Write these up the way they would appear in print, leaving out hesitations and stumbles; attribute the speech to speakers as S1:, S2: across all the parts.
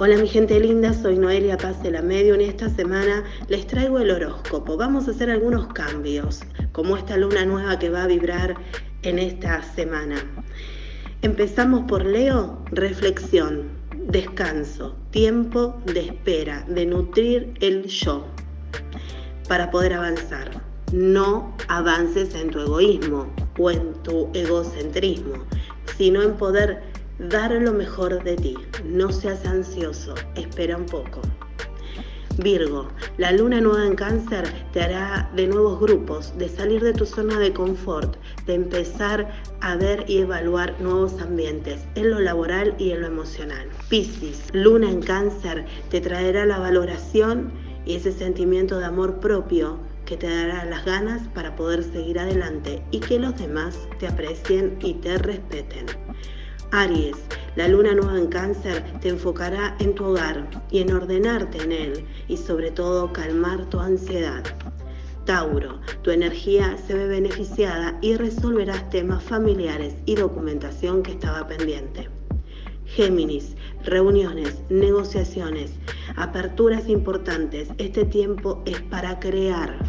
S1: Hola mi gente linda, soy Noelia Paz de la Medium y esta semana les traigo el horóscopo. Vamos a hacer algunos cambios, como esta luna nueva que va a vibrar en esta semana. Empezamos por Leo, reflexión, descanso, tiempo de espera, de nutrir el yo para poder avanzar. No avances en tu egoísmo o en tu egocentrismo, sino en poder dar lo mejor de ti. No seas ansioso, espera un poco. Virgo, la luna nueva en Cáncer te hará de nuevos grupos, de salir de tu zona de confort, de empezar a ver y evaluar nuevos ambientes en lo laboral y en lo emocional. Piscis, luna en Cáncer te traerá la valoración y ese sentimiento de amor propio que te dará las ganas para poder seguir adelante y que los demás te aprecien y te respeten. Aries, la luna nueva en Cáncer te enfocará en tu hogar y en ordenarte en él y sobre todo calmar tu ansiedad. Tauro, tu energía se ve beneficiada y resolverás temas familiares y documentación que estaba pendiente. Géminis, reuniones, negociaciones, aperturas importantes. Este tiempo es para crear.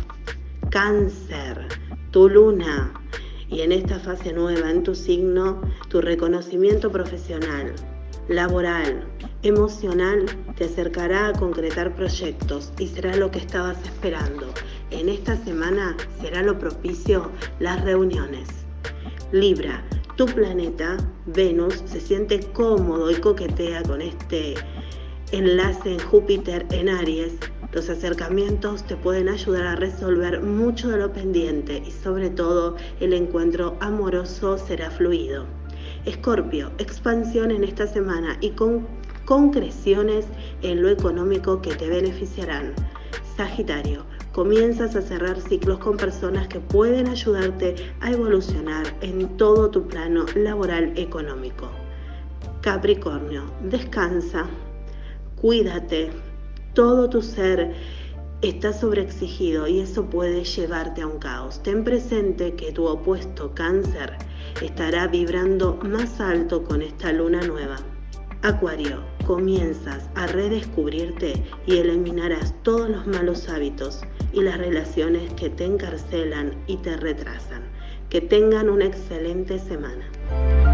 S1: Cáncer, tu luna. Y en esta fase nueva en tu signo, tu reconocimiento profesional, laboral, emocional, te acercará a concretar proyectos y será lo que estabas esperando. En esta semana será lo propicio las reuniones. Libra, tu planeta, Venus, se siente cómodo y coquetea con este enlace en Júpiter en Aries. Los acercamientos te pueden ayudar a resolver mucho de lo pendiente y sobre todo el encuentro amoroso será fluido. Escorpio, expansión en esta semana y con concreciones en lo económico que te beneficiarán. Sagitario, comienzas a cerrar ciclos con personas que pueden ayudarte a evolucionar en todo tu plano laboral económico. Capricornio, descansa, cuídate. Todo tu ser está sobreexigido y eso puede llevarte a un caos. Ten presente que tu opuesto Cáncer estará vibrando más alto con esta luna nueva. Acuario, comienzas a redescubrirte y eliminarás todos los malos hábitos y las relaciones que te encarcelan y te retrasan. Que tengan una excelente semana.